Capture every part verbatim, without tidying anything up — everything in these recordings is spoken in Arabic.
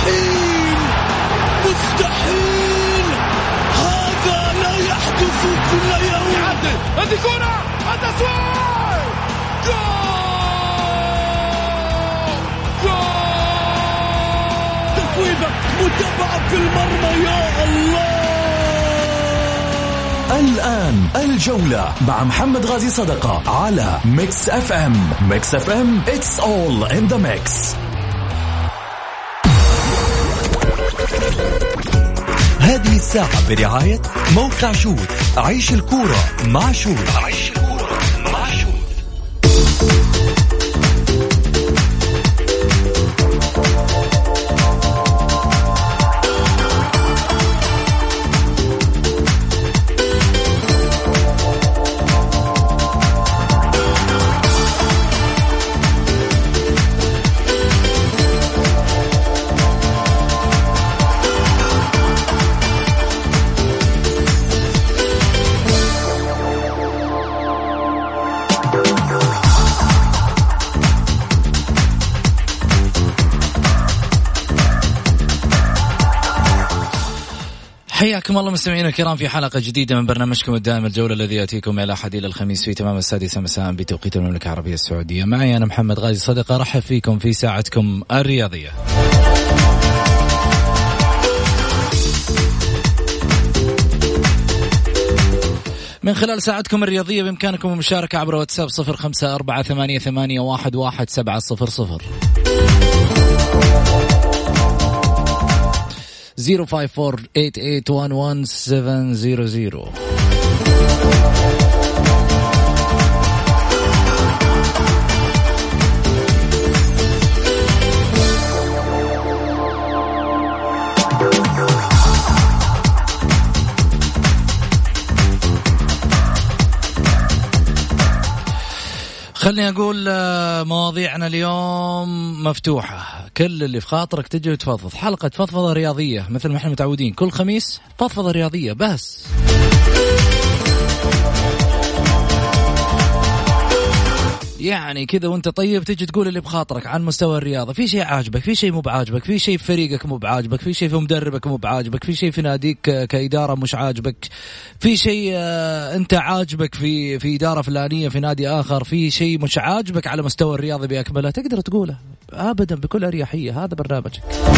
مستحيل مستحيل، هذا لا يحدث كل يوم. يعدل هذه كرة التسويق، جول جول، تفويضة متابعة في المرمى، يا الله. الآن الجولة مع محمد غازي صدقة على ميكس اف ام. ميكس اف ام it's all in the mix. هذه الساعة برعاية موقع شوت. عيش الكورة مع شوت. عيش الكورة مع شوت. حياكم الله مستمعينا الكرام في حلقة جديدة من برنامجكم الدائم الجولة، الذي يأتيكم من الأحد إلى الخميس في تمام السادسة مساء بتوقيت المملكة العربية السعودية. معي أنا محمد غازي صدقة، رحب فيكم في ساعتكم الرياضية. من خلال ساعتكم الرياضية بإمكانكم المشاركة عبر واتساب صفر خمسة أربعة ثمانية ثمانية واحد واحد سبعة صفر صفر zero five four eight eight one one seven zero zero. خلني أقول مواضيعنا اليوم مفتوحة، كل اللي في خاطرك تجي وتفضفض. حلقة فضفضة رياضية مثل ما احنا متعودين، كل خميس فضفضة رياضية بس. يعني كذا وانت طيب تجي تقول اللي بخاطرك عن مستوى الرياضة. في شيء عاجبك، في شيء مو بعاجبك، في شيء في فريقك مو بعاجبك، في شيء في مدربك مو بعاجبك، في شيء في ناديك كإدارة مش عاجبك، في شيء انت عاجبك في في إدارة فلانية في نادي آخر، في شيء مش عاجبك على مستوى الرياضة بأكمله، تقدر تقوله أبدا بكل أريحية. هذا برنامجك.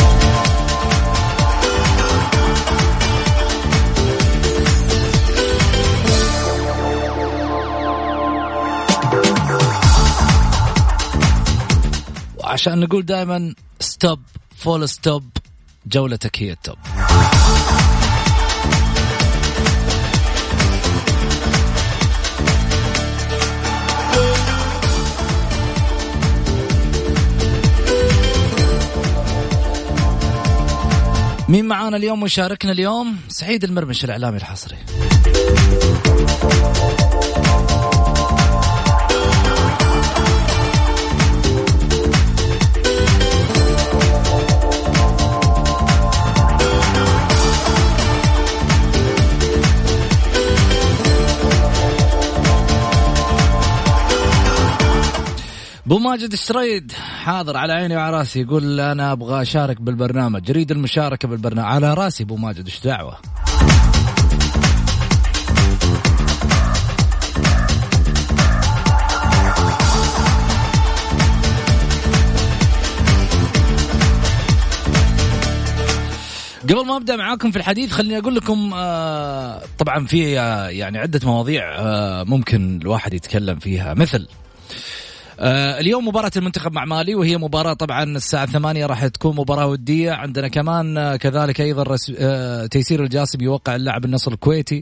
عشان نقول دائما ستوب فول ستوب، جولتك هي التوب. مين معانا اليوم وشاركنا اليوم؟ سعيد المرمش الإعلامي الحصري. أبو ماجد الشريد حاضر على عيني وعلى راسي، يقول أنا أبغى أشارك بالبرنامج، جريد المشاركة بالبرنامج. على راسي أبو ماجد، إيش دعوة. قبل ما أبدأ معاكم في الحديث خليني أقول لكم آه طبعا في آه يعني عدة مواضيع آه ممكن الواحد يتكلم فيها، مثل آه اليوم مباراة المنتخب مع مالي، وهي مباراة طبعا الساعة ثمانية راح تكون مباراة ودية. عندنا كمان آه كذلك أيضا رس... آه تيسير الجاسم يوقع اللاعب النصر الكويتي.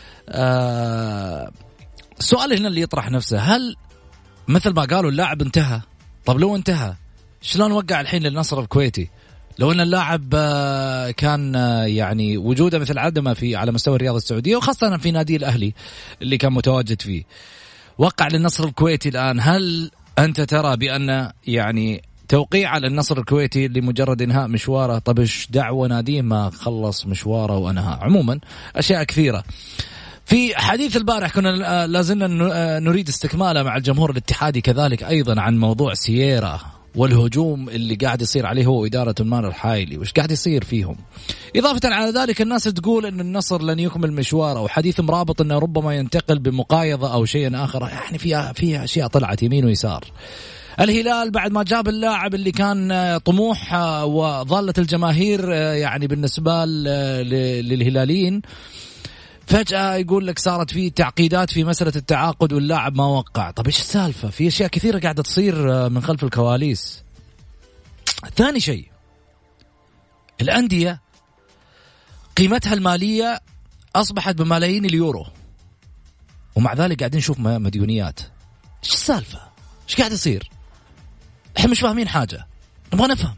آه السؤال هنا اللي يطرح نفسه، هل مثل ما قالوا اللاعب انتهى؟ طب لو انتهى شلون وقع الحين للنصر الكويتي؟ لو أن اللاعب آه كان آه يعني وجوده مثل عدمه في على مستوى الرياضة السعودية، وخاصة في نادي الأهلي اللي كان متواجد فيه، وقع للنصر الكويتي الآن، هل أنت ترى بأن يعني توقيع للنصر الكويتي لمجرد إنهاء مشواره؟ طب إيش دعوة ناديه ما خلص مشواره وأنهاء؟ عموما أشياء كثيرة. في حديث البارح كنا لازلنا نريد استكماله مع الجمهور الاتحادي كذلك أيضا عن موضوع سييرا والهجوم اللي قاعد يصير عليه هو إدارة المال الحايلي وإيش قاعد يصير فيهم. إضافة على ذلك الناس تقول أن النصر لن يكمل مشوار، أو حديث مرابط أنه ربما ينتقل بمقايضة أو شيء آخر. يعني فيها فيها أشياء طلعت يمين ويسار. الهلال بعد ما جاب اللاعب اللي كان طموح وظلت الجماهير يعني بالنسبة للهلاليين، فجأة يقول لك صارت في تعقيدات في مسألة التعاقد واللاعب ما وقع. طب إيش السالفة؟ في أشياء كثيرة قاعدة تصير من خلف الكواليس. ثاني شيء، الأندية قيمتها المالية أصبحت بملايين اليورو، ومع ذلك قاعدين نشوف مديونيات. إيش السالفة؟ إيش قاعد يصير؟ إحنا مش فاهمين حاجة، نبغى نفهم.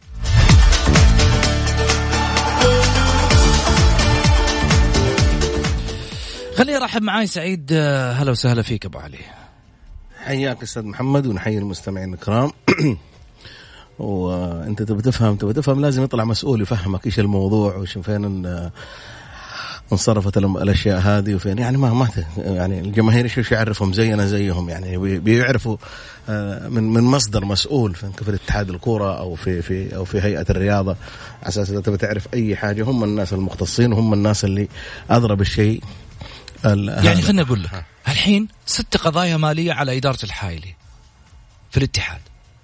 خليني ارحب معاي سعيد. هلا وسهلا فيك ابو علي. حياك استاذ محمد، ونحيي المستمعين الكرام. وانت تبي تفهم تبي تفهم لازم يطلع مسؤول يفهمك ايش الموضوع وش فين انصرفت الاشياء هذه وفين. يعني ما ما يعني الجماهير ايش يعرفهم زينا زيهم، يعني بيعرفوا من من مصدر مسؤول في اتحاد الكوره او في في او في هيئه الرياضه، على اساس اذا تبي تعرف اي حاجه هم الناس المختصين وهم الناس اللي اضرب الشيء. يعني خلنا نقول لك الحين ست قضايا مالية على إدارة الحايلي في الاتحاد.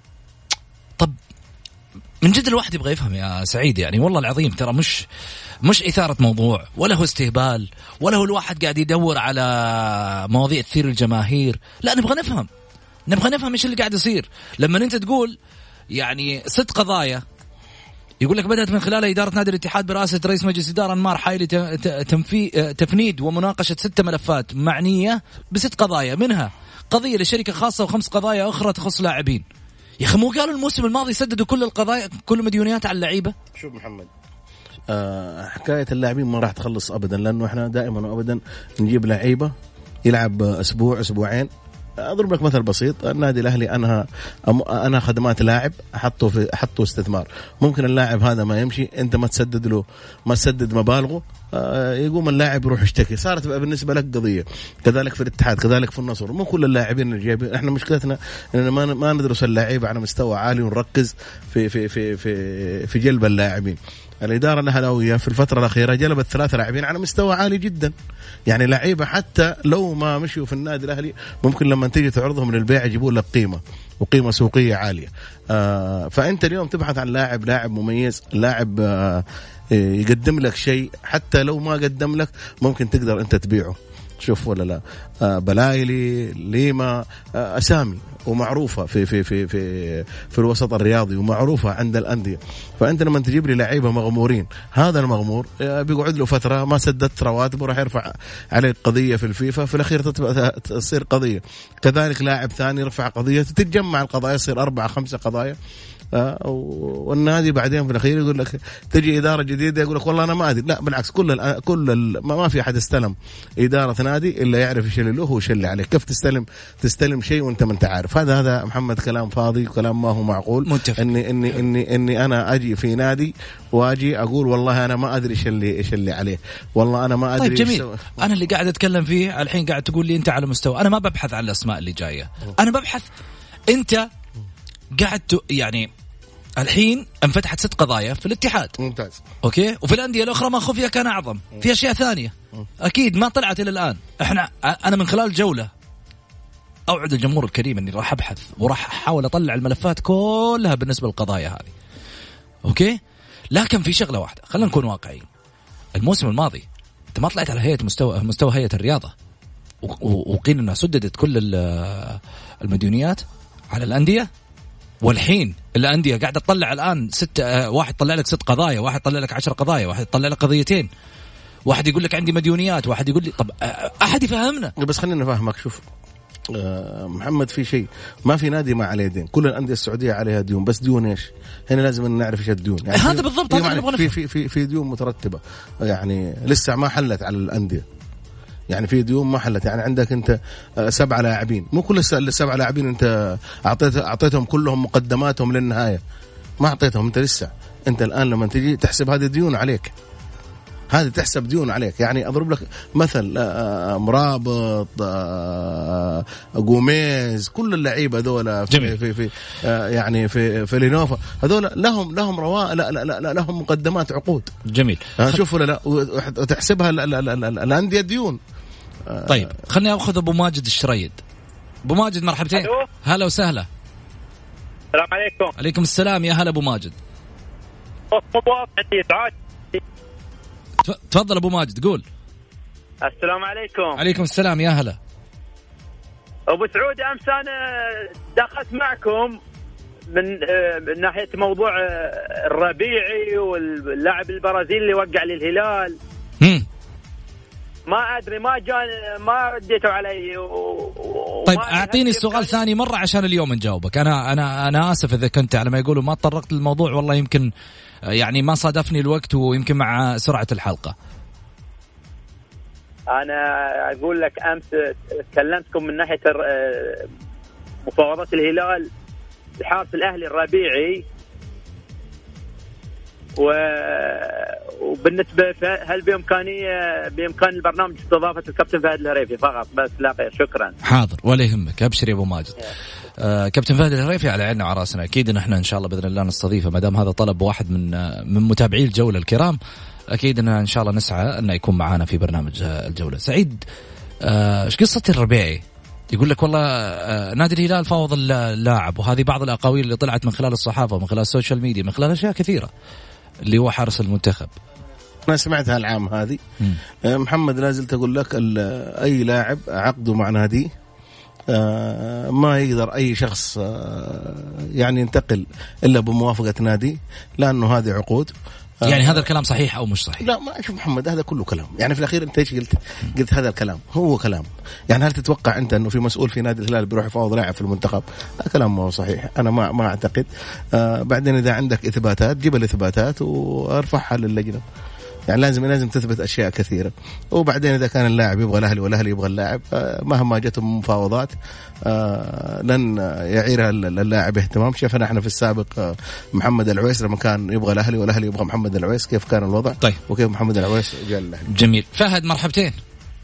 طب من جد الواحد يبغى يفهم يا سعيد، يعني والله العظيم ترى مش مش إثارة موضوع ولا هو استهبال ولا هو الواحد قاعد يدور على مواضيع تثير الجماهير. لا، نبغى نفهم نبغى نفهم إيش اللي قاعد يصير. لما أنت تقول يعني ست قضايا يقول لك بدأت من خلال إدارة نادي الاتحاد برئاسة رئيس مجلس إدارة أنمار حايلي تنفي تفنيد ومناقشة ست ملفات معنية بست قضايا، منها قضية لشركة خاصة وخمس قضايا أخرى تخص لاعبين. يا أخي مو قالوا الموسم الماضي سددوا كل القضايا كل المديونيات على اللعيبة؟ شوف محمد، آه حكاية اللاعبين ما راح تخلص أبدا، لأنه إحنا دائما وأبدا نجيب لعيبة يلعب أسبوع أسبوعين. أضرب لك مثل بسيط، النادي الأهلي أنا أنا خدمات لاعب أحطه في أحطه استثمار، ممكن اللاعب هذا ما يمشي، أنت ما تسدد له ما تسدد مبالغه، يقوم اللاعب يروح يشتكي، صارت بالنسبة لك قضية. كذلك في الاتحاد، كذلك في النصر. مو كل اللاعبين اللي جايبين، احنا مشكلتنا اننا ما ما ندرس اللاعب على مستوى عالي ونركز في في في في في جلب اللاعبين. الإدارة الأهلاوية في الفترة الأخيرة جلبت ثلاثة لاعبين على مستوى عالي جدا، يعني لعيبة حتى لو ما مشوا في النادي الأهلي ممكن لما تيجي تعرضهم للبيع يجيبون لك قيمة وقيمة سوقية عالية. آه فأنت اليوم تبحث عن لاعب لاعب مميز، لاعب آه يقدم لك شيء، حتى لو ما قدم لك ممكن تقدر أنت تبيعه. شوف ولا لا، آه بلايلي ليما، آه أسامي ومعروفة في في في في في الوسط الرياضي ومعروفة عند الأندية. فأنت لما تجيب لي لعيبة مغمورين، هذا المغمور بيقعد له فترة ما سددت رواتبه راح يرفع عليك قضية في الفيفا، في الأخير تصير قضية. كذلك لاعب ثاني يرفع قضية، تتجمع القضايا يصير أربعة خمسة قضايا، والنادي بعدين في الأخير يقول لك تجي إدارة جديدة يقول لك والله أنا ما أدري. لا بالعكس، كل ال كل ال ما في أحد استلم إدارة نادي إلا يعرف إيش اللي له وإيش اللي عليه. كيف تستلم تستلم شيء وأنت ما أنت عارف؟ هذا هذا محمد كلام فاضي وكلام ما هو معقول. متفق. إني إني إني إني أنا أجي في نادي وأجي أقول والله أنا ما أدري إيش اللي إيش اللي عليه، والله أنا ما أدري. طيب جميل، أنا اللي قاعد أتكلم فيه الحين قاعد تقول لي أنت على مستوى، أنا ما ببحث عن الأسماء اللي جاية، أنا ببحث أنت قاعد يعني الحين انفتحت ست قضايا في الاتحاد. ممتاز. اوكي، وفي الانديه الاخرى ما خفيها كان اعظم، في اشياء ثانيه اكيد ما طلعت الى الان. احنا انا من خلال الجوله اوعد الجمهور الكريم اني راح ابحث وراح احاول اطلع الملفات كلها بالنسبه للقضايا هذه. اوكي، لكن في شغله واحده، خلينا نكون واقعيين. الموسم الماضي انت ما طلعت على هيئه مستوى مستوى هيئه الرياضه وقيل انها سددت كل المديونيات على الانديه، والحين الأندية قاعدة تطلع الآن ست آه واحد طلع لك ست قضايا، واحد طلع لك عشر قضايا، واحد طلع لك قضيتين، واحد يقول لك عندي مديونيات، واحد يقول لي طب آه أحد يفهمنا. بس خلينا نفهمك. شوف آه محمد، في شيء ما في نادي ما عليه دين، كل الأندية السعودية عليها ديون، بس ديون إيش؟ هنا لازم نعرف إيش الديون. يعني هذا بالضبط، يعني في في في في ديون مترتبة يعني لسه ما حلت على الأندية، يعني في ديون ما حلت. يعني عندك انت سبعة لاعبين، مو كل السبعة لاعبين انت اعطيت اعطيتهم كلهم مقدماتهم للنهايه، ما اعطيتهم انت لسه. انت الان لما تجي تحسب هذه ديون عليك، هذه تحسب ديون عليك. يعني أضرب لك مثل مرابط، قوميز، كل اللعيبة هذول في, في في يعني في في لينوفا هذول لهم لهم روا لا لا لا لهم مقدمات عقود. جميل. شوفوا لا وتحسبها الأندية ديون. طيب خلني أخذ أبو ماجد الشريد. أبو ماجد مرحبتين. هلا وسهلا. السلام عليكم. عليكم السلام يا هلا أبو ماجد. تفضل أبو ماجد قول. السلام عليكم. عليكم السلام يا هلا. أبو سعود أمس أنا دخلت معكم من من ناحية موضوع الربيعي واللاعب البرازيلي اللي وقع للهلال. هم. ما أدري ما جان ما رديتوا علي و... طيب أعطيني السؤال ثاني مرة عشان اليوم نجاوبك. أنا أنا أنا آسف إذا كنت على ما يقولوا ما تطرقت للموضوع، والله يمكن يعني ما صادفني الوقت ويمكن مع سرعة الحلقة. أنا أقول لك أمس كلمتكم من ناحية مفاوضات الهلال الحارس الأهلي الربيعي، و... وبالنسبة هل بإمكانية بإمكان البرنامج استضافة الكابتن فهد الهريفي فقط بس؟ لا غير. شكرا. حاضر ولا يهمك، أبشر يا أبو ماجد. آه كابتن فهد الهريفي على عيننا وعراسنا، أكيد نحن إن شاء الله بإذن الله نستضيفه ما دام هذا طلب واحد من من متابعي الجولة الكرام. أكيد إن إن شاء الله نسعى أنه يكون معنا في برنامج الجولة. سعيد، آه إيش قصة الربيعي؟ يقول لك والله آه نادي الهلال فاوض اللاعب، وهذه بعض الأقاويل اللي طلعت من خلال الصحافة ومن خلال السوشيال ميديا من خلال أشياء كثيرة اللي هو حارس المنتخب. أنا سمعتها العام هذه. م. محمد لازلت أقول لك أي لاعب عقده مع نادي ما يقدر أي شخص يعني ينتقل إلا بموافقة نادي، لأنه هذه عقود. يعني هذا الكلام صحيح أو مش صحيح؟ لا ما شوف محمد، هذا كله كلام. يعني في الأخير أنت إيش قلت؟ قلت هذا الكلام هو كلام. يعني هل تتوقع أنت أنه في مسؤول في نادي الهلال بيروح يفاوض لاعب في المنتخب؟ هذا كلام ما هو صحيح. أنا ما ما أعتقد. آه بعدين إذا عندك إثباتات جيب الإثباتات وارفعها للجنة. يعني لازم لازم تثبت أشياء كثيرة. وبعدين إذا كان اللاعب يبغى الأهلي والأهلي يبغى اللاعب، مهما جتهم مفاوضات لن يعيرها اللاعب اهتمام. شفنا احنا في السابق محمد العويس لما كان يبغى الأهلي والأهلي يبغى محمد العويس كيف كان الوضع. طيب. وكيف محمد العويس جاء الأهلي. جميل. فهد مرحبتين.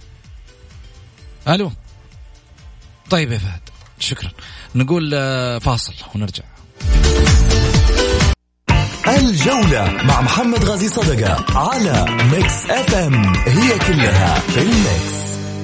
ألو. طيب يا فهد شكرا. نقول فاصل ونرجع. الجولة مع محمد غازي صدقة على ميكس اف ام، هي كلها في الميكس.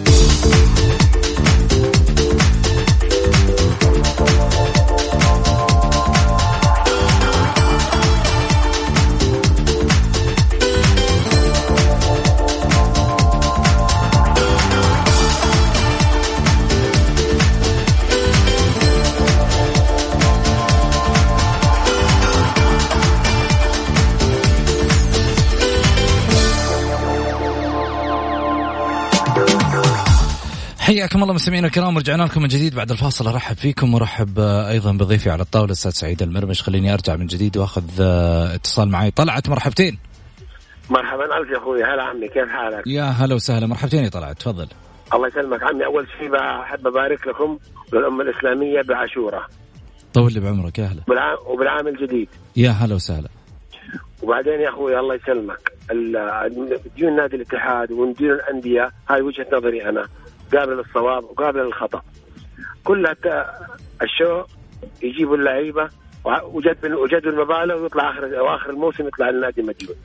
حياكم الله مستمعينا الكرام، رجعنا لكم من جديد بعد الفاصل. ارحب فيكم ورحب ايضا بضيفي على الطاوله الاستاذ سعيد المرمش. خليني ارجع من جديد واخذ اتصال معي. طلعت مرحبتين. مرحبا الف يا اخوي. هلا عمي كيف حالك؟ يا هلا وسهلا. مرحبتين يا طلعت تفضل. الله يسلمك عمي. اول شيء بحب ابارك لكم للامه الاسلاميه بعاشوراء. طول لي بعمرك. يا هلا. وبالعام الجديد. يا هلا وسهلا. وبعدين يا اخوي الله يسلمك ديون نادي الاتحاد وديون الانديه هاي وجهه نظري انا، قابل للصواب وقابل للخطأ. كلها الشو يجيبوا اللعيبة وجد وجدوا المبالغ ويطلع آخر وآخر الموسم يطلع النادي مديون.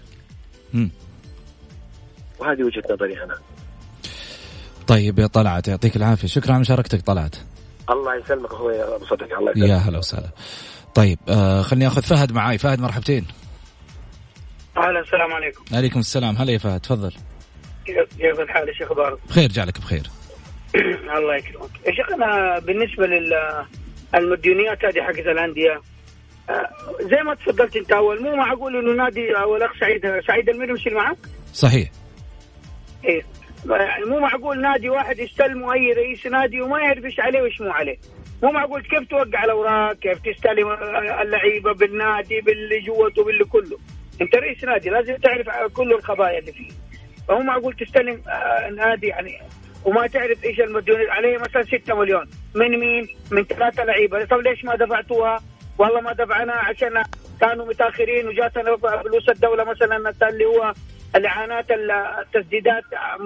وهذه وجهة نظري أنا. طيب يا طلعت يعطيك العافية، شكرا على مشاركتك طلعت. الله يسلمك أخوي أبو صدق. الله يسلمك. يا هلا وسهلا. طيب آه خلني أخذ فهد معاي. فهد مرحبتين. أهلا. السلام عليكم. عليكم السلام. هلا يا فهد تفضل. كيف الحال يا شيخ بارد؟ بخير جعلك بخير. الله يكرمك يا شيخ. أنا بالنسبة للمديونيات هذه حقت الأندية زي ما تفضلت أنت أول، مو معقول إنه نادي أو الأخ سعيد سعيد المرمشي معك. صحيح. إيه يعني مو معقول نادي واحد يستلمه أي رئيس نادي وما يعرف إيش عليه وإيش مو عليه. مو معقول كيف توقع الأوراق، كيف تستلم اللعيبة بالنادي باللي جوته باللي كله. أنت رئيس نادي لازم تعرف كل القضايا اللي فيه. فهو معقول تستلم نادي يعني وما تعرف ايش المديون عليه مثلا ستة مليون من مين؟ من ثلاثة لعيبة. طب ليش ما دفعتوها؟ والله ما دفعنا عشان كانوا متاخرين وجاتنا فلوس الدولة مثلا اللي هو الإعانات التسديدات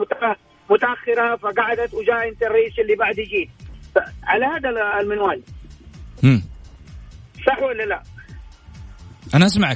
متأخرة، فقعدت وجاء أنت الرئيس اللي بعد يجي على هذا المنوال. مم. صح ولا لا؟ أنا أسمعك.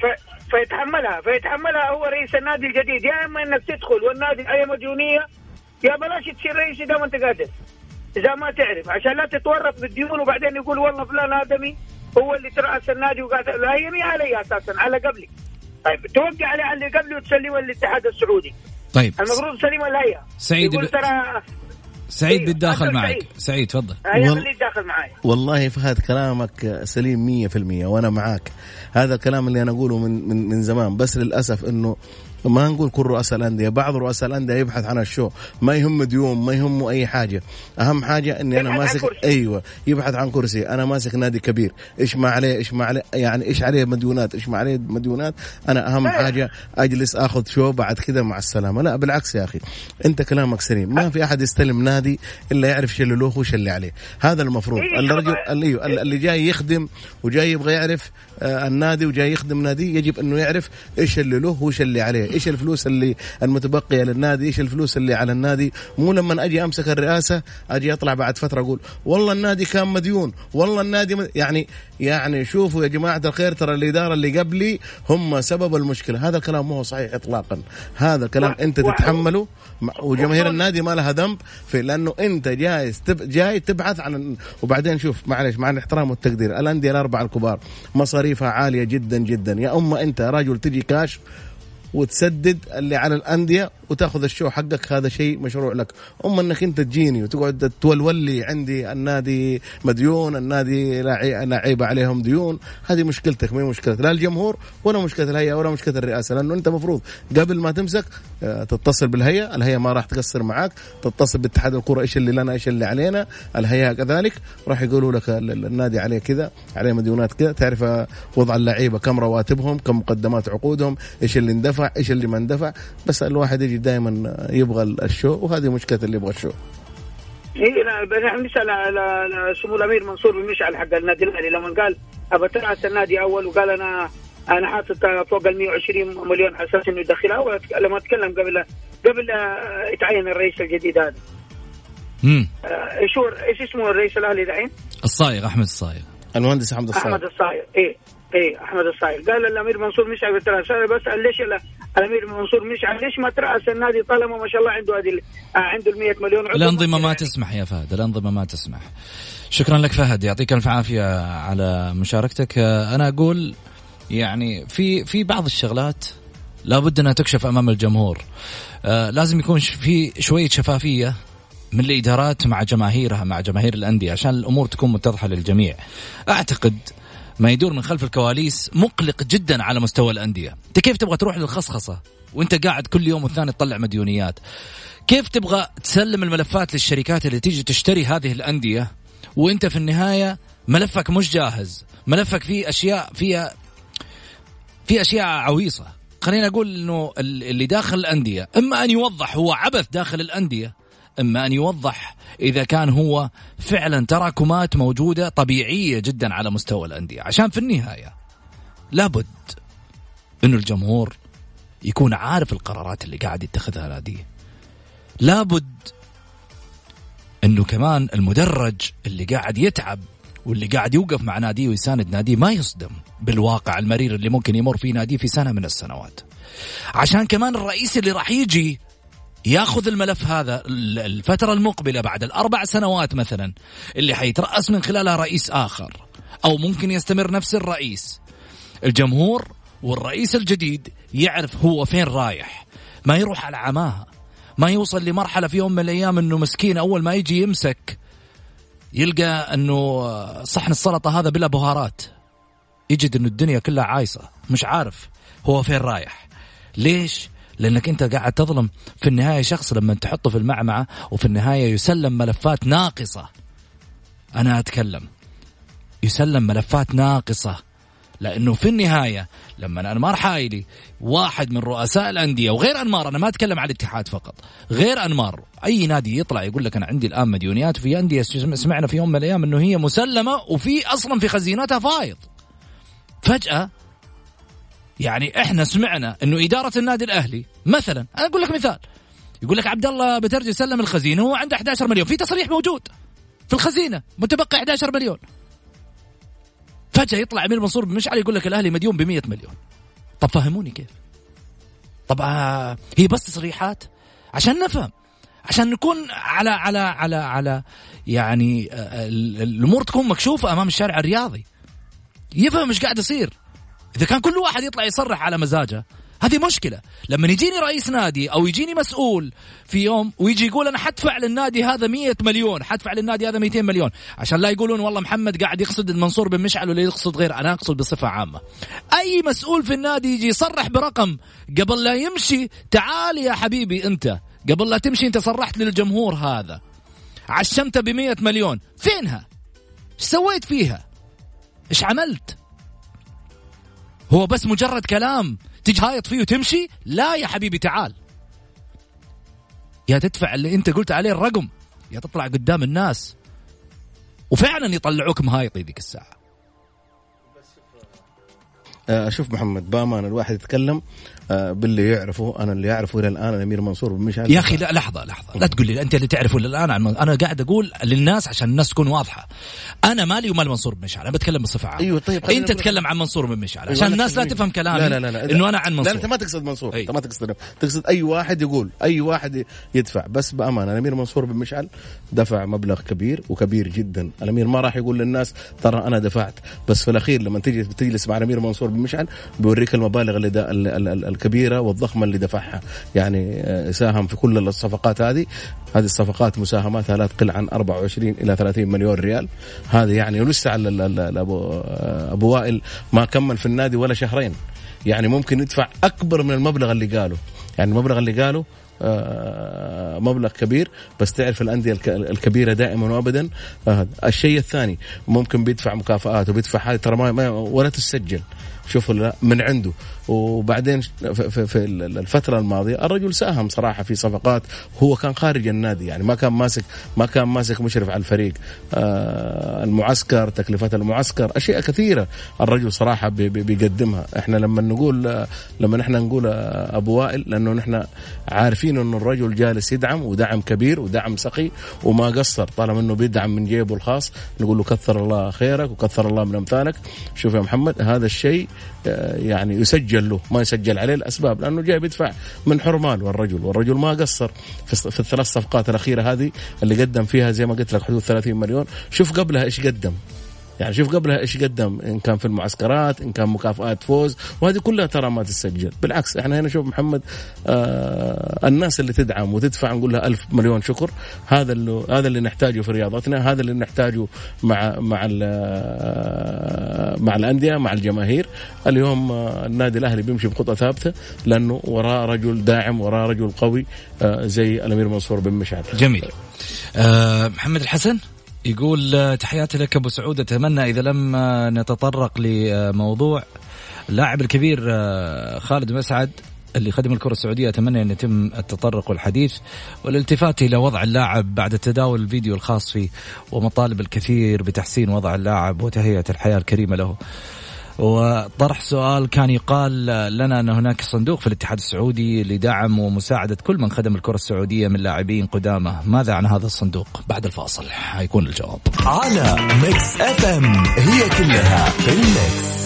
فيتحملها فيتحملها هو رئيس النادي الجديد، يا إما إنك تدخل والنادي أي مديونية، يا بلاش تصير رئيس إذا ما أنت قادر، إذا ما تعرف، عشان لا تتورط بالديون وبعدين يقول والله فلان آدمي هو اللي ترأس النادي وقاعد. لا هي علي أساسا على قبلي. طيب توقع عليه على اللي قبلي وتسلمه الاتحاد السعودي. طيب المفروض سليم الهيئة. سعيد يقول ب... ترى سعيد بالداخل معك. سعيد, سعيد تفضل. هيا اللي داخل معي. والله فهد كلامك سليم مية في المية وأنا معاك. هذا الكلام اللي أنا أقوله من من من زمان، بس للأسف إنه ما نقول كل رؤساء الأندية، بعض رؤساء الأندية يبحث عن الشو، ما يهم ديون، ما يهمه أي حاجة. أهم حاجة إني أنا ماسك، أيوة يبحث عن كرسي. أنا ماسك نادي كبير، إيش ما عليه إيش ما عليه يعني إيش عليه مديونات إيش ما عليه مديونات. أنا أهم حاجة أجلس أخذ شو بعد كذا مع السلامة. لا بالعكس يا أخي، أنت كلامك سليم. ما في أحد يستلم نادي إلا يعرف شو اللي له وش اللي عليه. هذا المفروض. الرجل اللي اللي جاي يخدم وجاي يبغى يعرف النادي وجاي يخدم نادي، يجب إنه يعرف إيش اللي له وش اللي عليه، إيش الفلوس اللي المتبقية للنادي، إيش الفلوس اللي على النادي. مو لما أجي أمسك الرئاسة أجي أطلع بعد فترة أقول والله النادي كان مديون، والله النادي مد... يعني يعني شوفوا يا جماعة الخير، ترى الإدارة اللي قبلي هم سبب المشكلة. هذا الكلام مو صحيح إطلاقا. هذا كلام و... أنت تتحمله، وجماهير النادي ما لها ذنب في، لأنه أنت جاي تب... جاي تبحث عن. وبعدين شوف معلش مع الاحترام والتقدير، الأندية الأربعة الكبار مصاريفها عالية جدا جدا. يا أما أنت رجل تجي كاش وتسدد اللي على الأندية وتأخذ الشو حقك، هذا شيء مشروع لك. أما أنك أنت تجيني وتقعد تولولي عندي النادي مديون، النادي لعيبة عليهم ديون، هذه مشكلتك، ما هي مشكلة لا الجمهور ولا مشكلة الهيئة ولا مشكلة الرئاسة. لأنه أنت مفروض قبل ما تمسك تتصل بالهيئة، الهيئة ما راح تقصر معك، تتصل باتحاد الكرة إيش اللي لنا إيش اللي علينا، الهيئة كذلك راح يقولوا لك النادي عليه كذا، عليه مديونات كذا، تعرف وضع اللعيبة كم رواتبهم، كم مقدمات عقودهم، إيش اللي اندفع إيش اللي ما اندفع. بس الواحد يجي دائما يبغى الشو، وهذه مشكلة اللي يبغى الشو. إيه نحن نسأل على سمو الأمير منصور بن مشعل حق النادي الأهلي لما قال أبى ترأس النادي أول، وقال أنا أنا حاطط فوق ال مئة وعشرين مليون على أساس إنه يدخلها. أول لما أتكلم قبل قبل يتعين الرئيس الجديد هذا. امم إيش هو إيش اسمه الرئيس الأهلي دحين؟ الصايغ، أحمد الصايغ، المهندس أحمد الصايغ. أحمد الصايغ إيه إيه أحمد الصايغ. قال الأمير منصور مشعل بالترأس. أنا بسأل ليش الأمير منصور مشعل ليش ما ترأس النادي طالما ما شاء الله عنده هذه عنده المية مليون عضو؟ الأنظمة ما تسمح يا فهد، الأنظمة ما تسمح. شكرا لك فهد، يعطيك الف عافية على مشاركتك. أنا أقول يعني في في بعض الشغلات لابد أنها تكشف أمام الجمهور. آه لازم يكون في شوية شفافية من الإدارات مع جماهيرها، مع جماهير الأندية، عشان الأمور تكون متضحة للجميع. أعتقد ما يدور من خلف الكواليس مقلق جدا على مستوى الأندية. أنت كيف تبغى تروح للخصخصة وأنت قاعد كل يوم والثاني تطلع مديونيات؟ كيف تبغى تسلم الملفات للشركات اللي تيجي تشتري هذه الأندية وأنت في النهاية ملفك مش جاهز، ملفك فيه أشياء فيها في أشياء عويصة. خلينا أقول إنه اللي داخل الأندية إما أن يوضح هو عبث داخل الأندية، إما أن يوضح إذا كان هو فعلا تراكمات موجودة طبيعية جدا على مستوى الأندية. عشان في النهاية لابد إنه الجمهور يكون عارف القرارات اللي قاعد يتخذها النادي. لابد إنه كمان المدرج اللي قاعد يتعب واللي قاعد يوقف مع ناديه ويساند ناديه ما يصدم بالواقع المرير اللي ممكن يمر فيه ناديه في سنة من السنوات. عشان كمان الرئيس اللي راح يجي ياخذ الملف هذا الفترة المقبلة بعد الأربع سنوات مثلا اللي حيترأس من خلالها رئيس آخر، أو ممكن يستمر نفس الرئيس، الجمهور والرئيس الجديد يعرف هو فين رايح، ما يروح على عماها، ما يوصل لمرحلة في يوم من الأيام أنه مسكين أول ما يجي يمسك يلقى أنه صحن السلطة هذا بلا بهارات، يجد أنه الدنيا كلها عايصة، مش عارف هو فين رايح. ليش؟ لأنك أنت قاعد تظلم في النهاية شخص لما تحطه في المعمعة وفي النهاية يسلم ملفات ناقصة. أنا أتكلم يسلم ملفات ناقصة، لأنه في النهاية لما أنمار حايلي واحد من رؤساء الأندية، وغير أنمار، أنا ما أتكلم على الاتحاد فقط، غير أنمار، أي نادي يطلع يقول لك أنا عندي الآن مديونيات، وفي أندية سمعنا في يوم من الأيام أنه هي مسلمة وفي أصلا في خزينتها فايض، فجأة يعني احنا سمعنا انه اداره النادي الاهلي مثلا، انا اقول لك مثال، يقول لك عبد الله بترجي سلم الخزينه وهو عنده أحد عشر مليون، في تصريح موجود في الخزينه متبقى أحد عشر مليون. فجاه يطلع امير منصور بن مشعل يقول لك الاهلي مديون ب مئة مليون. طب فهموني كيف؟ طب آه هي بس تصريحات عشان نفهم، عشان نكون على على على على يعني آه الامور تكون مكشوفه امام الشارع الرياضي يفهم مش قاعد يصير. اذا كان كل واحد يطلع يصرح على مزاجه هذه مشكلة. لما يجيني رئيس نادي أو يجيني مسؤول في يوم ويجي يقول أنا حدفع للنادي هذا مية مليون، حدفع للنادي هذا مئتين مليون، عشان لا يقولون والله محمد قاعد يقصد المنصور بن مشعل ولا يقصد غير، أنا أقصد بصفة عامة. أي مسؤول في النادي يجي يصرح برقم قبل لا يمشي، تعال يا حبيبي أنت قبل لا تمشي أنت صرحت للجمهور هذا، عشمت بمية مليون، فينها؟ إيش سويت فيها؟ إيش عملت؟ هو بس مجرد كلام تيجي هايط فيه وتمشي؟ لا يا حبيبي، تعال يا تدفع اللي انت قلت عليه الرقم، يا تطلع قدام الناس وفعلا يطلعوك مهايطي ذيك الساعة. أشوف محمد بأمان الواحد يتكلم باللي يعرفه. أنا اللي يعرفه إلى الآن الأمير منصور بن مشعل. يا أخي لا لحظة لحظة لا تقول لي أنت اللي تعرفه إلى الآن عن، أنا قاعد أقول للناس عشان الناس تكون واضحة. أنا مالي ومال منصور بن مشعل، أنا بتكلم بصفة عامة. أيوة طيب أنت تتكلم عن منصور بن مشعل عشان أيوة الناس لا تفهم كلامي. لا لا لا لا إنه أنا عن منصور. لا أنت ما تقصد منصور، أنت ما تقصد، تقصد أي واحد يقول، أي واحد يدفع. بس بأمانة الأمير منصور بن مشعل دفع مبلغ كبير وكبير جدا. الأمير ما راح يقول للناس ترى أنا دفعت، بس في الأخير لما تيجي تجلس مع الأمير منصور بن مشعل بيوريك المبالغ اللي دا الكبيرة والضخمة اللي دفعها. يعني ساهم في كل الصفقات هذه، هذه الصفقات مساهماتها لا تقل عن أربعة وعشرين إلى ثلاثين مليون ريال. هذا يعني ولسه على أبو أبو وائل ما كمل في النادي ولا شهرين، يعني ممكن يدفع أكبر من المبلغ اللي قاله. يعني المبلغ اللي قاله مبلغ كبير، بس تعرف الأندية الكبيرة دائما وأبدا. الشيء الثاني ممكن بيدفع مكافآت وبيدفع هذه ترى ما ولا تسجل، شوفوا من عنده. وبعدين في الفترة الماضية الرجل ساهم صراحة في صفقات، هو كان خارج النادي، يعني ما كان ماسك ما كان ماسك مشرف على الفريق. المعسكر، تكلفة المعسكر، أشياء كثيرة الرجل صراحة بيقدمها. إحنا لما نقول لما نحن نقول أبو وائل لأنه نحن عارفين إنه الرجل جالس يدعم ودعم كبير ودعم سقي وما قصر، طالما إنه بيدعم من جيبه الخاص نقول له كثر الله خيرك وكثر الله من أمثالك. شوف يا محمد هذا الشيء يعني يسجل له، ما يسجل عليه الأسباب، لأنه جاي بيدفع من حرمان. والرجل والرجل ما قصر في الثلاث صفقات الأخيرة هذه اللي قدم فيها زي ما قلت لك حدود ثلاثين مليون. شوف قبلها إيش قدم، يعني شوف قبلها إيش قدم، إن كان في المعسكرات، إن كان مكافآت فوز، وهذه كلها ترى ما تسجل. بالعكس إحنا هنا شوف محمد آه الناس اللي تدعم وتدفع نقول لها ألف مليون شكر. هذا اللي هذا اللي نحتاجه في رياضتنا، هذا اللي نحتاجه مع مع مع الأندية مع الجماهير. اليوم آه النادي الأهلي بيمشي بخطة ثابتة لأنه وراء رجل داعم، وراء رجل قوي آه زي الأمير منصور بن مشعل. جميل. آه محمد الحسن يقول تحياتي لك أبو سعود، أتمنى إذا لم نتطرق لموضوع اللاعب الكبير خالد مسعد اللي خدم الكرة السعودية، أتمنى أن يتم التطرق والحديث والالتفات إلى وضع اللاعب بعد تداول الفيديو الخاص فيه ومطالب الكثير بتحسين وضع اللاعب وتهيئة الحياة الكريمة له. وطرح سؤال كان يقال لنا أن هناك صندوق في الاتحاد السعودي لدعم ومساعدة كل من خدم الكرة السعودية من لاعبين قدامى، ماذا عن هذا الصندوق؟ بعد الفاصل هيكون الجواب. على ميكس اف ام هي كلها في الميكس.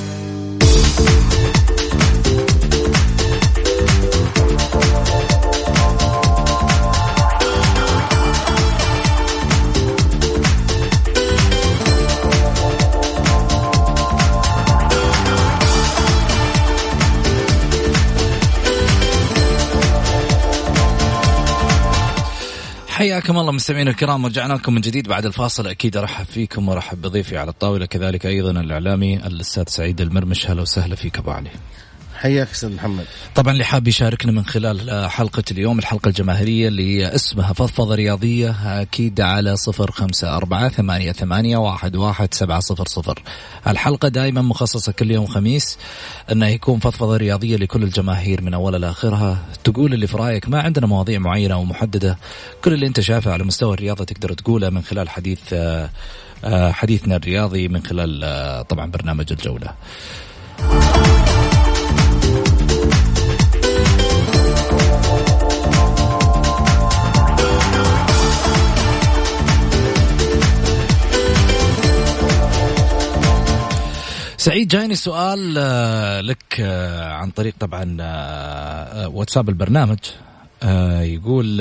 حياكم الله مستمعينا الكرام، رجعنا لكم من جديد بعد الفاصل. أكيد أرحب فيكم وأرحب بضيفي على الطاولة، كذلك أيضا الإعلامي الأستاذ سعيد المرمش. هلا وسهلا فيك أبو علي. حياك أستاذ محمد. طبعا اللي حاب يشاركنا من خلال حلقة اليوم، الحلقة الجماهيرية اللي اسمها فضفضة رياضية، أكيد على صفر خمسة أربعة ثمانية ثمانية واحد واحد سبعة صفر صفر. الحلقة دائما مخصصة كل يوم خميس أنه يكون فضفضة رياضية لكل الجماهير من أولها لآخرها، تقول اللي في رأيك. ما عندنا مواضيع معينة ومحددة، كل اللي أنت شايفه على مستوى الرياضة تقدر تقوله من خلال حديث حديثنا الرياضي من خلال طبعا برنامج الجولة. جايني سؤال لك عن طريق طبعا واتساب البرنامج، يقول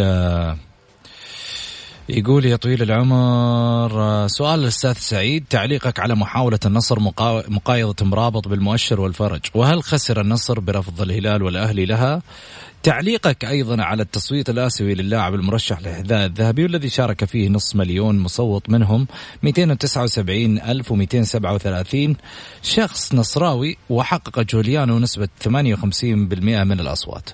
يقول يا طويل العمر، سؤال الأستاذ سعيد، تعليقك على محاولة النصر مقايضة مرابط بالمؤشر والفرج، وهل خسر النصر برفض الهلال والأهلي لها؟ تعليقك أيضا على التصويت الآسيوي للاعب المرشح للحذاء الذهبي والذي شارك فيه نصف مليون مصوت، منهم مئتين وتسعة وسبعين ألف ومئتين وسبعة وثلاثين شخص نصراوي، وحقق جوليانو نسبة ثمانية وخمسين بالمئة من الأصوات.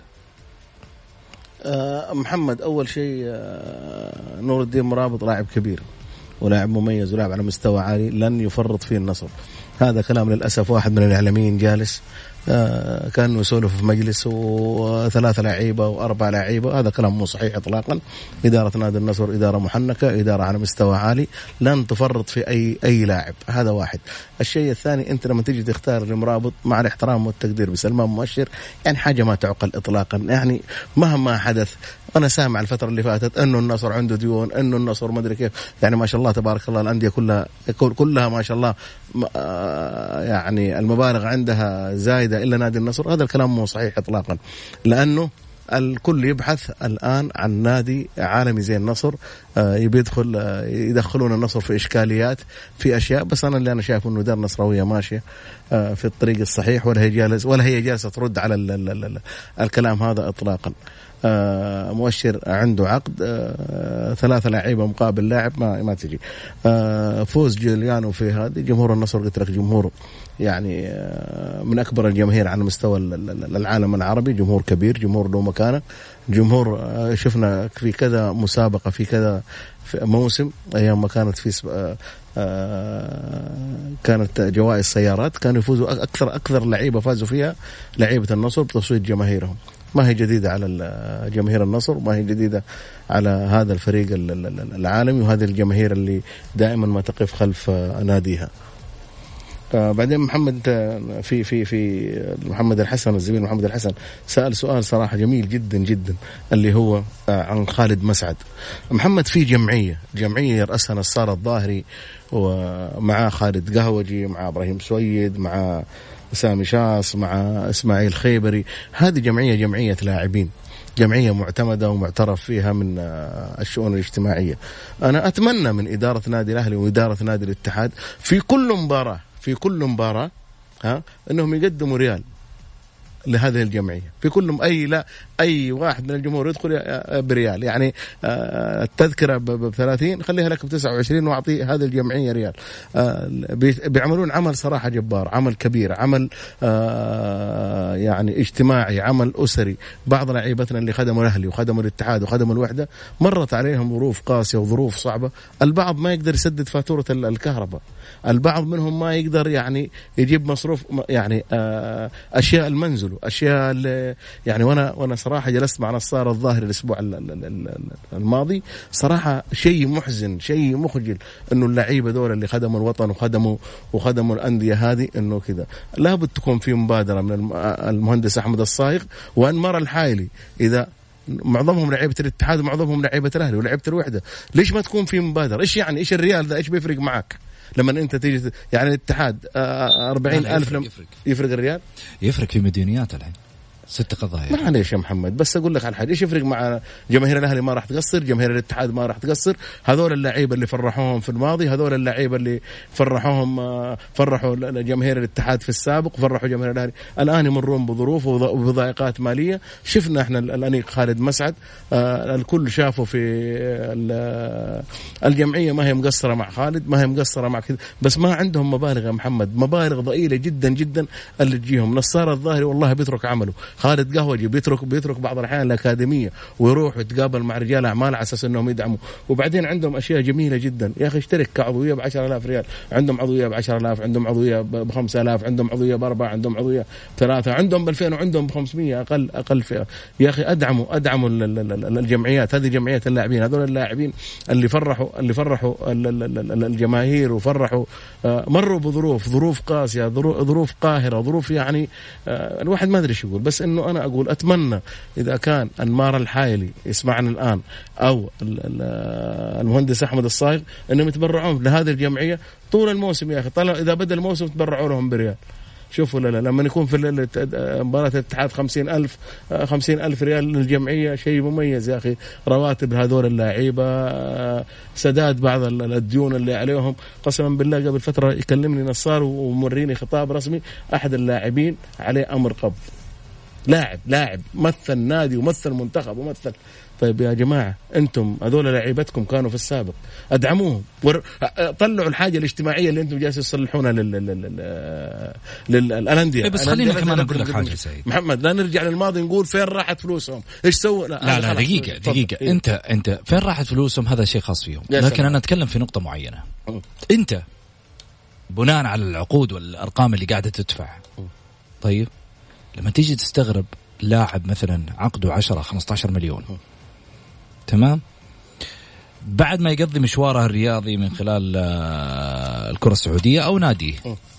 أه محمد، أول شيء أه نور الدين مرابط لاعب كبير ولاعب مميز ولاعب على مستوى عالي، لن يفرط فيه النصر. هذا كلام للأسف واحد من الإعلاميين جالس آه كانوا يسولف في مجلس وثلاثة لعيبة وأربع لعيبة، هذا كلام مو صحيح إطلاقا. إدارة نادي النصر إدارة محنكة، إدارة على مستوى عالي، لن تفرط في أي أي لاعب. هذا واحد. الشيء الثاني، أنت لما تيجي تختار المرابط، مع الاحترام والتقدير بسلمان مؤشر، يعني حاجة ما تعقل إطلاقا. يعني مهما حدث، أنا سامع الفترة اللي فاتت أنه النصر عنده ديون، أنه النصر ما أدري كيف، يعني ما شاء الله تبارك الله الأندية كلها كلها ما شاء الله يعني المبالغ عندها زايدة إلا نادي النصر. هذا الكلام مو صحيح إطلاقا، لأنه الكل يبحث الآن عن نادي عالمي زي النصر، يبي يدخل يدخلون النصر في إشكاليات في أشياء. بس أنا اللي أنا شايف إنه دار النصراوية ماشية في الطريق الصحيح، ولا هي جالس ولا هي جالسة ترد على ال ال ال الكلام هذا إطلاقا. آه مؤشر عنده عقد، آه ثلاثة لاعيبة مقابل لاعب، ما ما تجي. آه فوز جوليانو في هذه، جمهور النصر قلت لك جمهور يعني آه من أكبر الجماهير على مستوى العالم العربي، جمهور كبير، جمهور له مكانة، جمهور آه شفنا في كذا مسابقة، في كذا في موسم أيام ما كانت في آه آه كانت جوائز سيارات، كانوا يفوزوا أكثر أكثر لعيبة فازوا فيها لعيبة النصر بتصويت جماهيرهم. ما هي جديدة على جماهير النصر، ما هي جديدة على هذا الفريق العالمي وهذه الجماهير اللي دائما ما تقف خلف ناديها. بعدين محمد في في في محمد الحسن، الزميل محمد الحسن سأل سؤال صراحة جميل جدا جدا، اللي هو عن خالد مسعد. محمد في جمعية جمعية يرأسها نصار الظاهري، ومع خالد قهوجي، مع إبراهيم سويد، مع سامي شاص، مع إسماعيل خيبري. هذه جمعية جمعية لاعبين، جمعية معتمدة ومعترف فيها من الشؤون الاجتماعية. أنا أتمنى من إدارة نادي الأهلي وإدارة نادي الاتحاد في كل مباراة في كل مباراة ها أنهم يقدموا ريال لهذه الجمعية في كلهم. أي لا أي واحد من الجمهور يدخل بريال، يعني التذكرة بثلاثين خليها لك بتسعة وعشرين وأعطي هذه الجمعية ريال. بيعملون عمل صراحة جبار، عمل كبير، عمل يعني اجتماعي، عمل أسري. بعض لعيبتنا اللي خدموا الأهلي وخدموا الاتحاد وخدموا الوحدة مرت عليهم ظروف قاسية وظروف صعبة. البعض ما يقدر يسدد فاتورة الكهرباء، البعض منهم ما يقدر يعني يجيب مصروف يعني أشياء المنزل، أشياء يعني وانا وانا صراحه جلست مع نصار الظاهري الاسبوع الماضي، صراحه شيء محزن، شيء مخجل، انه اللعيبه دول اللي خدموا الوطن وخدموا وخدموا الانديه هذه، انه كذا لابد تكون في مبادره من المهندس احمد الصايغ وانمار الحايلي. اذا معظمهم لعيبه الاتحاد ومعظمهم لعيبه الاهلي ولعيبه الوحده، ليش ما تكون في مبادره؟ ايش يعني ايش الريال ده ايش بيفرق معك لما انت تيجي يعني الاتحاد أربعين ألف لما يفرق. يفرق الريال، يفرق في مديونيات الحين ست قضايا. معليش يا محمد، بس أقول لك على حاجة، إيش يفرق مع جماهير الأهلي؟ ما راح تقصر، جماهير الاتحاد ما راح تقصر. هذول اللعيبة اللي فرحوهم في الماضي، هذول اللعيبة اللي فرحوهم فرحوا جماهير الاتحاد في السابق، فرحوا جماهير الأهلي، الآن يمرون بظروف وبضائقات مالية. شفنا إحنا الأنيق خالد مسعد، الكل شافوا في الجمعية ما هي مقصرة مع خالد، ما هي مقصرة مع كذا، بس ما عندهم مبالغ يا محمد، مبالغ ضئيلة جدا جدا اللي تجيهم. نصار الظاهري والله بيترك عمله، خالد قهوجي بيترك بيترك بعض الأحيان الأكاديمية ويروح يتقابل مع رجال أعمال على أساس أنهم يدعموا. وبعدين عندهم أشياء جميلة جدا يا أخي، اشترك كعضوية بعشرة آلاف ريال، عندهم عضوية بعشرة آلاف، عندهم عضوية بخمسة آلاف، عندهم عضوية بأربعة، عندهم عضوية ثلاثة، عندهم بألفين وعندهم بخمسمية أقل أقل فئة. يا أخي أدعموا أدعموا الجمعيات هذه، جمعيات اللاعبين، هذول اللاعبين اللي فرحوا اللي فرحوا الجماهير وفرحوا، مروا بظروف ظروف قاسية، ظروف قاهرة، ظروف يعني الواحد ما أدري شو يقول. بس إنه أنا أقول أتمنى إذا كان أنمار الحايلي يسمعنا الآن أو المهندس أحمد الصايغ إنهم يتبرعون لهذه الجمعية طول الموسم. يا أخي طلع إذا بدأ الموسم تبرعوا لهم بريال، شوفوا لا لا لما يكون في مباراة الاتحاد خمسين ألف خمسين ألف ريال للجمعية شيء مميز يا أخي. رواتب هذول اللاعيبة، سداد بعض الديون اللي عليهم. قسما بالله قبل فترة يكلمني نصار ومريني خطاب رسمي أحد اللاعبين عليه أمر قبض، لاعب لاعب مثل نادي ومثل منتخب ومثل. طيب يا جماعة أنتم هذول لاعيبتكم كانوا في السابق، أدعموهم، ور... طلعوا الحاجة الاجتماعية اللي أنتم جالسين تصلحونها لل لل للأندية. بس خلينا كمان أقول لك حاجة سعيد محمد، لا نرجع للماضي نقول فين راحت فلوسهم، إيش سووا. لا لا, لا دقيقة دقيقة إيه؟ أنت أنت فين راحت فلوسهم هذا شيء خاص فيهم، لكن أنا أتكلم في نقطة معينة. م. أنت بناء على العقود والأرقام اللي قاعدة تدفع، طيب لما تيجي تستغرب لاعب مثلا عقده عشرة خمسة عشر مليون، تمام، بعد ما يقضي مشواره الرياضي من خلال الكرة السعودية أو ناديه،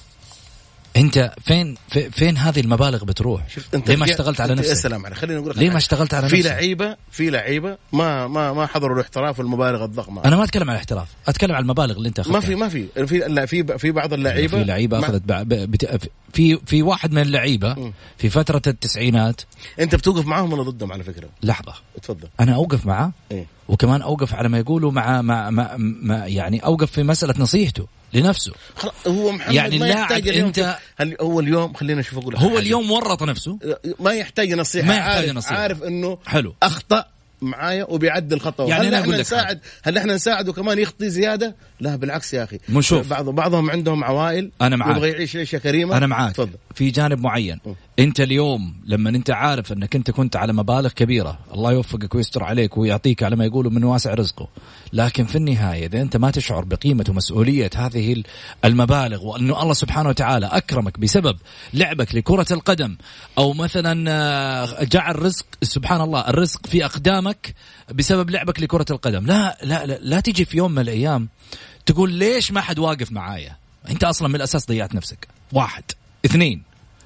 أنت فين فين هذه المبالغ بتروح؟ ليه ما اشتغلت على نفسك؟ السلام عليك، خلينا نقول ليه ما اشتغلت على نفسك؟ في لعيبة في لعيبة ما ما ما حضروا الاحتراف والمبالغ الضخمة. أنا ما أتكلم عن الاحتراف، أتكلم عن المبالغ اللي أنت أخذتها. ما في ما في في لا في في بعض اللعيبة في لعيبة أخذت بت... في في واحد من اللعيبة في فترة التسعينات. أنت بتوقف معاهم ولا ضدهم على فكرة؟ لحظة اتفضل. أنا أوقف معه إيه؟ وكمان أوقف على ما يقولوا مع ما ما ما يعني أوقف في مسألة نصيحته لنفسه. هو محمد يعني ما اللاعب انت هل هو اليوم خلينا نشوف اقول هو حاجة. اليوم ورط نفسه، ما يحتاج نصيحه، ما يحتاج عارف, نصيحة. عارف انه حلو اخطأ معايا وبيعدل خطأه. يعني هل أنا احنا نساعد هل احنا نساعده كمان يخطي زياده؟ لا بالعكس يا اخي. بعض بعضهم عندهم عوائل يبغى يعيش عيشه كريمه. انا معاك تفضل. في جانب معين م. انت اليوم لما انت عارف انك انت كنت على مبالغ كبيره، الله يوفقك ويستر عليك ويعطيك على ما يقولوا من واسع رزقه، لكن في النهايه اذا انت ما تشعر بقيمه ومسؤوليه هذه المبالغ، وانه الله سبحانه وتعالى اكرمك بسبب لعبك لكره القدم، او مثلا جعل رزق سبحان الله الرزق في اقدامك بسبب لعبك لكره القدم، لا لا لا, لا تيجي في يوم من الايام تقول ليش ما حد واقف معايا. انت اصلا من الاساس ضيعت نفسك. واحد اثنين،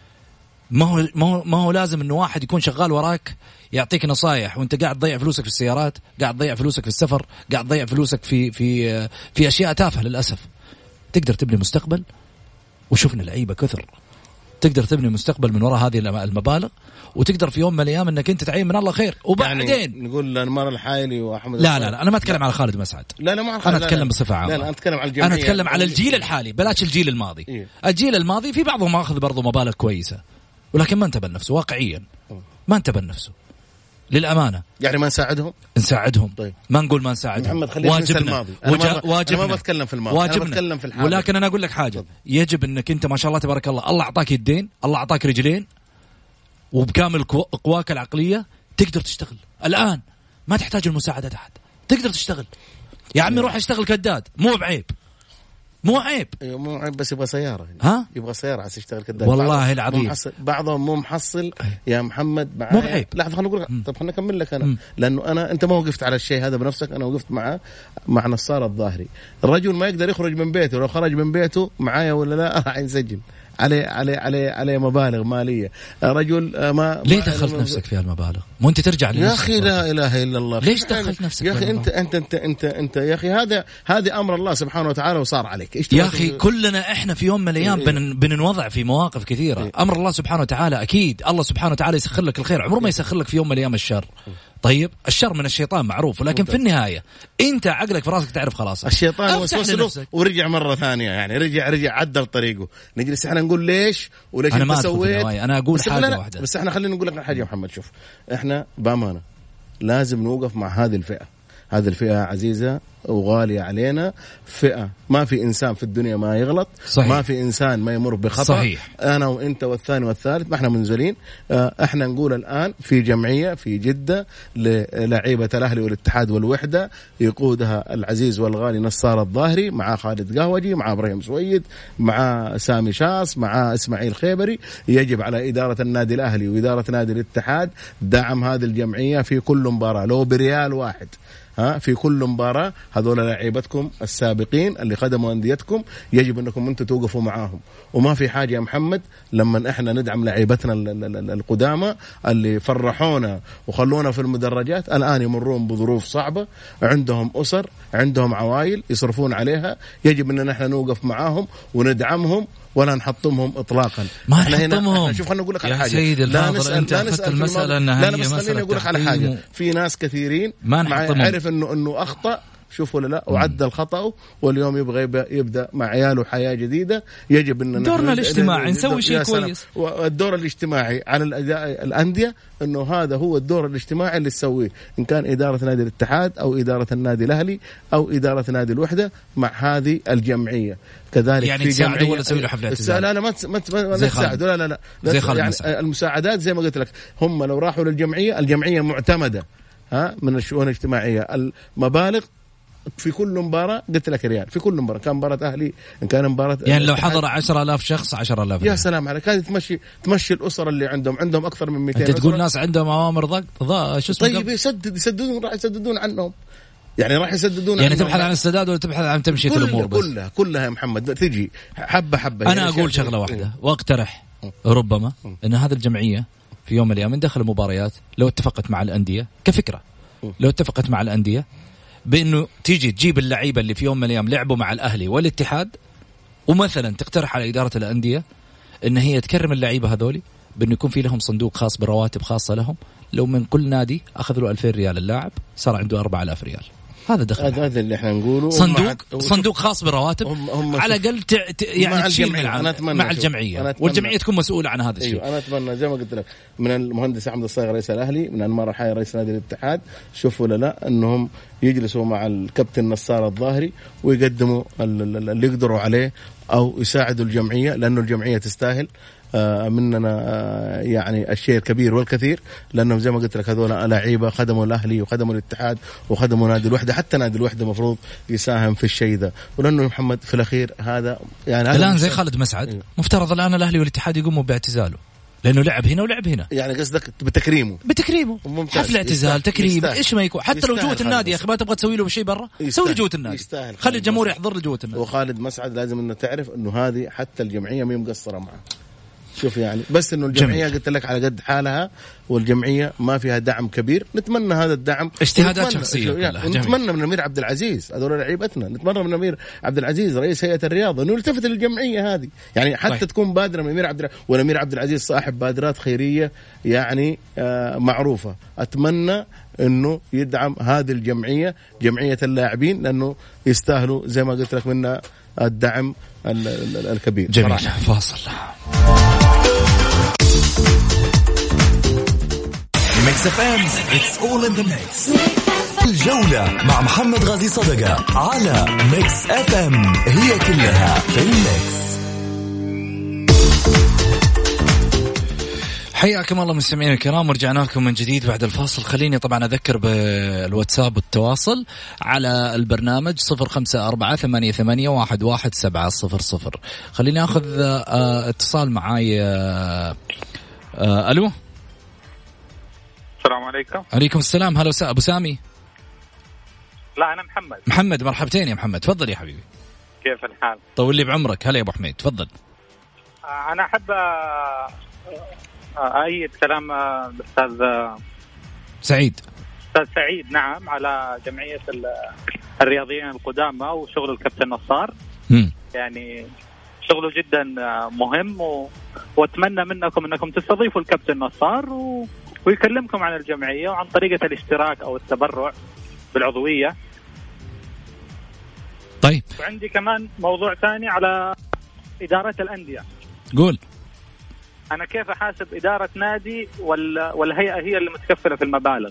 ما هو ما هو ما هو لازم انه واحد يكون شغال وراك يعطيك نصايح وانت قاعد تضيع فلوسك في السيارات، قاعد تضيع فلوسك في السفر، قاعد تضيع فلوسك في في في اشياء تافهه. للاسف تقدر تبني مستقبل، وشوفنا لعيبه كثر تقدر تبني مستقبل من وراء هذه المبالغ، وتقدر في يوم من الايام انك انت تعين من الله خير. وبعدين يعني نقول انمار الحايلي واحمد لا لا لا انا ما اتكلم على خالد مسعد، لا لا ما انا اتكلم بصفه عامه. لا لا انا اتكلم على الجمعيه، انا اتكلم على الجيل الحالي، بلاش الجيل الماضي. إيه؟ الجيل الماضي في بعضهم اخذ برضو مبالغ كويسه، ولكن ما انتبه لنفسه واقعيا، ما انتبه لنفسه للامانه. يعني ما نساعدهم نساعدهم. طيب. ما نقول ما نساعدهم، واجبنا. وجا... واجبنا. أنا ما بتكلم في الماضي، واجبنا. أنا بتكلم في الحاضر. ولكن انا اقول لك حاجه، طب. يجب انك انت ما شاء الله تبارك الله، الله اعطاك يدين، الله اعطاك رجلين، وبكامل قواك العقليه تقدر تشتغل الان، ما تحتاج المساعده احد، تقدر تشتغل يا عمي. روح اشتغل كداد، مو بعيب، مو عيب، مو عيب، بس يبغى سيارة. ها يبغى سيارة عشان يشتغل كذا. والله العظيم بعضهم مو محصل يا محمد. مو بعيب. لحظة خلينا نقول. طب خلينا نكمل لك أنا. م. لأنه أنا أنت ما وقفت على الشيء هذا بنفسك، أنا وقفت معه مع نصار الظاهري. الرجل ما يقدر يخرج من بيته، لو خرج من بيته معايا ولا لا راح ينسجن عليه عليه عليه عليه مبالغ ماليه. رجل ما ليه دخلت نفسك في هالمبالغ؟ مو انت ترجع لنفسك يا اخي. لا اله الا الله. ليش دخلت نفسك يا اخي؟ انت انت انت انت انت يا اخي هذا هذه امر الله سبحانه وتعالى وصار عليك. ايش يا اخي؟ كلنا احنا في يوم من الايام إيه؟ بن بننوضع في مواقف كثيره. إيه؟ امر الله سبحانه وتعالى اكيد الله سبحانه وتعالى يسخر لك الخير، عمره ما يسخر لك في يوم من الايام الشر. طيب الشر من الشيطان معروف، ولكن في النهايه انت عقلك في راسك تعرف خلاص الشيطان وسوسه ورجع مره ثانيه، يعني رجع رجع عدل طريقه. نجلس احنا نقول ليش وليش أنا انت سويت. انا اقول حاجه واحده بس احنا خلينا نقول لك حاجه يا محمد. شوف احنا بامانه لازم نوقف مع هذه الفئه. هذه الفئه عزيزه وغالية علينا، فئة ما في إنسان في الدنيا ما يغلط. صحيح. ما في إنسان ما يمر بخطأ. صحيح. أنا وإنت والثاني والثالث ما إحنا منزلين. إحنا نقول الآن في جمعية في جدة للاعيبة الأهلي والاتحاد والوحدة يقودها العزيز والغالي نصار الظاهري، مع خالد قهوجي، مع إبراهيم سويد، مع سامي شاص، مع إسماعيل خيبري. يجب على إدارة النادي الأهلي وإدارة نادي الاتحاد دعم هذه الجمعية في كل مباراة لو بريال واحد. ها في كل مباراة هذول لاعيبتكم السابقين اللي خدموا أنديتكم يجب أنكم أنتم توقفوا معاهم. وما في حاجة يا محمد لما إحنا ندعم لاعيبتنا القدامى اللي فرحونا وخلونا في المدرجات، الآن يمرون بظروف صعبة، عندهم أسر، عندهم عوائل يصرفون عليها، يجب أن إحنا نوقف معاهم وندعمهم ولا نحطمهم اطلاقا. ما احنا نحطمهم. هنا شوف خلينا نقول لك على حاجه. لا نسال لا نسال المساله انها لا لا بس خليني اقول لك على حاجه. في ناس كثيرين ما عرف انه انه اخطا، شوفوا ولا لا، وعدل خطأه، واليوم يبغى يبدأ مع عياله حياة جديدة. يجب أن دورنا الاجتماعي نسوي شيء كويس. والدور الاجتماعي على الأندية أنه هذا هو الدور الاجتماعي اللي تسويه، إن كان إدارة نادي الاتحاد أو إدارة النادي الأهلي أو إدارة نادي الوحدة مع هذه الجمعية. كذلك يعني تساعدوا ولا تسوي له حفلة اعتزال؟ لا لا ما ما ما تساعدوا، لا لا لا زي يعني المساعدات زي ما قلت لك، هم لو راحوا للجمعية، الجمعية معتمدة ها من الشؤون الاجتماعية، المبالغ في كل مباراة قلت لك ريال، في كل مباراة، كان مباراة أهلي إن كان مباراة يعني لو حضر عشرة آلاف شخص عشرة آلاف يا سلام عليك، كانت تمشي تمشي الأسرة اللي عندهم عندهم أكثر من مئتين. أنت تقول ناس عندهم أوامر ضغط ضغط شو اسمه؟ طيب يسدد يسددون راح يسددون عنهم، يعني راح يسددون يعني تبحث عن السداد ولا تبحث عن تمشية كلها الأمور بس؟ كلها كلها يا محمد تجي حبة حبة. أنا يعني أقول شغلة واحدة واقترح ربما أن هذه الجمعية في يوم من الأيام من داخل المباريات لو اتفقت مع الأندية كفكرة، لو اتفقت مع الأندية بأنه تيجي تجيب اللعيبة اللي في يوم من الأيام لعبوا مع الأهلي والاتحاد، ومثلا تقترح على إدارة الأندية إن هي تكرم اللعيبة هذولي بأنه يكون في لهم صندوق خاص برواتب خاصة لهم، لو من كل نادي أخذ له ألفين ريال اللاعب صار عنده أربعة آلاف ريال. هذا دخل، هذا اللي احنا نقوله، صندوق صندوق خاص برواتب هم هم على الأقل يعني مع تشيل الجمعية. مع, مع الجمعية، والجمعية تكون مسؤولة عن هذا الشيء. أيوة أنا أتمنى زي ما قلت لك من المهندس أحمد الصايغ رئيس الأهلي، من أنمار الحاي رئيس نادي الاتحاد، شوفوا ولا لا أنهم يجلسوا مع الكابتن نصار الظاهري ويقدموا اللي يقدروا عليه أو يساعدوا الجمعية، لأنه الجمعية تستاهل مننا يعني الشيء الكبير والكثير، لأنهم زي ما قلت لك هذول لعيبة خدموا الأهلي وخدموا الاتحاد وخدموا نادي الوحدة، حتى نادي الوحدة مفروض يساهم في الشيء ذا. ولأنه محمد في الأخير هذا يعني الآن زي خالد مسعد إيه؟ مفترض الآن الأهلي والاتحاد يقوموا باعتزاله لأنه لعب هنا ولعب هنا، يعني قصدك بتكريمه بتكريمه حفل اعتزال تكريم إيش ما يكون، حتى لو جوة النادي يا أخي ما تبغى تسوي له شيء برا سوي جوة النادي، خلي الجمهور يحضر لجوة النادي. وخالد مسعد لازم إنه تعرف إنه هذه حتى الجمعية ما مقصرة معه، شوف يعني بس إنه الجمعية قلت لك على قد حالها، والجمعية ما فيها دعم كبير. نتمنى هذا الدعم، اجتهادات شخصية يعني نتمنى من الأمير عبد العزيز هذول لعيبتنا، نتمنى من الأمير عبد العزيز رئيس هيئة الرياضة إنه يلتفت للجمعية هذه، يعني حتى طيب. تكون بادرة من الأمير عبد العزيز، والأمير عبد العزيز صاحب بادرات خيرية يعني آه معروفة. أتمنى إنه يدعم هذه الجمعية، جمعية اللاعبين، لأنه يستاهلوا زي ما قلت لك منا الدعم الكبير. جميل. فاصل. ميكس اف ام it's all in the mix. الجولة مع محمد غازي صدقة على ميكس اف ام، هي كلها في الميكس. حياكم الله مستمعين الكرام، ورجعنا لكم من جديد بعد الفاصل. خليني طبعا أذكر بالواتساب والتواصل على البرنامج صفر خمسة أربعة ثمانية ثمانية واحد واحد سبعة صفر صفر. خليني أخذ اتصال معاي. ألو، السلام عليكم. عليكم السلام. هلا أبو سامي. لا أنا محمد. محمد مرحبتين يا محمد، تفضل يا حبيبي. كيف الحال؟ طول لي بعمرك. هلا يا أبو حميد، تفضل. أنا أحب أيد كلام الأستاذ سعيد. أستاذ سعيد نعم، على جمعية الرياضيين القدامى وشغل الكابتن نصار. م. يعني شغله جدا مهم و... واتمنى منكم انكم تستضيفوا الكابتن نصار و... ويكلمكم عن الجمعية وعن طريقة الاشتراك او التبرع بالعضوية. طيب. وعندي كمان موضوع ثاني على إدارة الأندية. قول. أنا كيف أحاسب إدارة نادي وال... والهيئة هي اللي متكفلة في المبالغ؟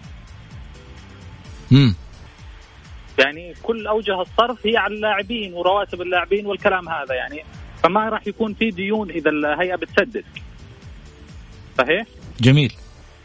امم يعني كل أوجه الصرف هي على اللاعبين ورواتب اللاعبين والكلام هذا، يعني فما راح يكون في ديون إذا الهيئة بتسدد. صحيح؟ جميل.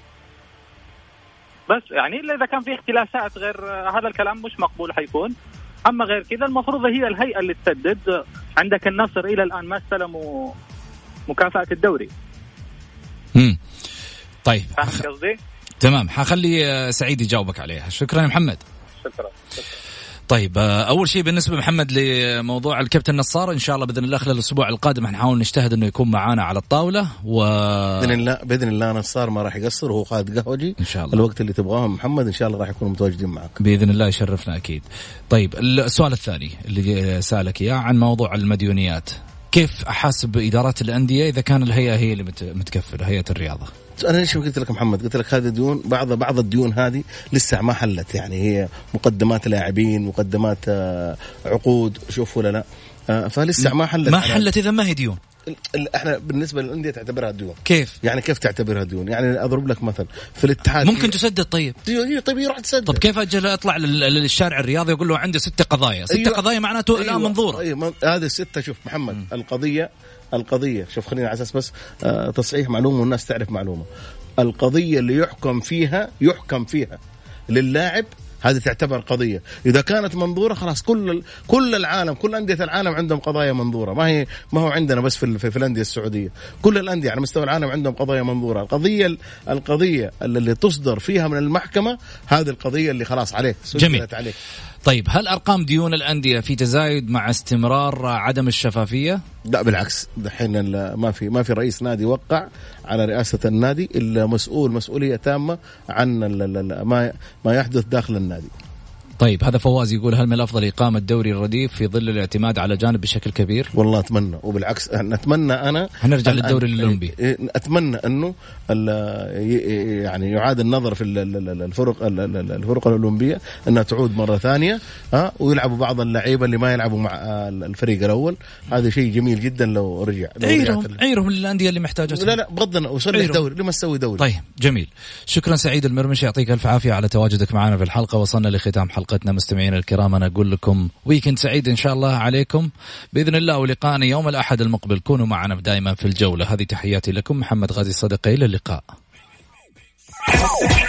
بس يعني إلا إذا كان في اختلافات غير هذا الكلام مش مقبول حيكون. أما غير كذا المفروض هي الهيئة اللي تسدد. عندك النصر إلى الآن ما استلموا مكافأة الدوري. امم طيب. فاهم قصدي؟ تمام، حخلي سعيد يجاوبك عليها. شكرا يا محمد. شكرا. طيب أول شيء بالنسبة محمد لموضوع الكابتن نصار، إن شاء الله بإذن الله خلال الأسبوع القادم هنحاول نجتهد إنه يكون معانا على الطاولة و بإذن الله بإذن الله نصار ما راح يقصر، وهو قائد قهوجي إن شاء الله. الوقت اللي تبغاهم محمد إن شاء الله راح يكونوا متواجدين معك بإذن الله، يشرفنا أكيد. طيب السؤال الثاني اللي سألك إياه عن موضوع المديونيات، كيف احاسب ادارات الانديه اذا كان الهيئه هي اللي متكفله، هيئه الرياضه؟ انا ليش قلت لك محمد، قلت لك هذه ديون، بعض بعض الديون هذه لسه ما حلت، يعني هي مقدمات لاعبين، مقدمات عقود، شوف ولا لا، فلسه ما حلت. ما حلت اذا ما هي ديون. احنا بالنسبه للانديه تعتبرها ديون. كيف يعني كيف تعتبرها ديون؟ يعني اضرب لك مثل في الاتحاد ممكن تسدد. طيب طيب يروح تسدد. طب كيف اجل اطلع للشارع الرياضي يقول له عندي ست قضايا ست أيوة. قضايا معناته أيوة. لا منظوره. أيوة. هذه السته. شوف محمد م. القضيه القضيه شوف خلينا على اساس بس آه تصحيح معلومه والناس تعرف معلومه. القضيه اللي يحكم فيها يحكم فيها للاعب هذه تعتبر قضية. إذا كانت منظورة خلاص كل كل العالم، كل أندية العالم عندهم قضايا منظورة، ما هي ما هو عندنا بس في في الأندية السعودية، كل الأندية على مستوى العالم عندهم قضايا منظورة. القضية القضية اللي تصدر فيها من المحكمة هذه القضية اللي خلاص عليك سجلت عليك. طيب هل أرقام ديون الأندية في تزايد مع استمرار عدم الشفافية؟ لا بالعكس، دحين ما في ما في رئيس نادي وقع على رئاسة النادي إلا مسؤول مسؤولية تامة عن ما ما يحدث داخل النادي. طيب هذا فواز يقول هل من الأفضل إقامة دوري الرديف في ظل الاعتماد على جانب بشكل كبير؟ والله أتمنى، وبالعكس نتمنى أنا هنرجع للدوري الأولمبي. أتمنى أنه يعني يعاد النظر في الفرق الفرق الأولمبية أنها تعود مرة ثانية ها، ويلعبوا بعض اللعيبة اللي ما يلعبوا مع الفريق الأول. هذا شيء جميل جدا لو رجع. لو عيرهم عيرهم للأندية اللي محتاجة. لا لا بغضنا وصلنا دوري لما تسوي دوري. طيب جميل، شكرا سعيد المرمش، يعطيك ألف عافية على تواجدك معنا في الحلقة. وصلنا لختام حلقتنا مستمعين الكرام، أنا أقول لكم ويكند سعيد إن شاء الله عليكم بإذن الله، ولقاءنا يوم الأحد المقبل. كونوا معنا دائما في الجولة. هذه تحياتي لكم، محمد غازي صدقة، إلى اللقاء.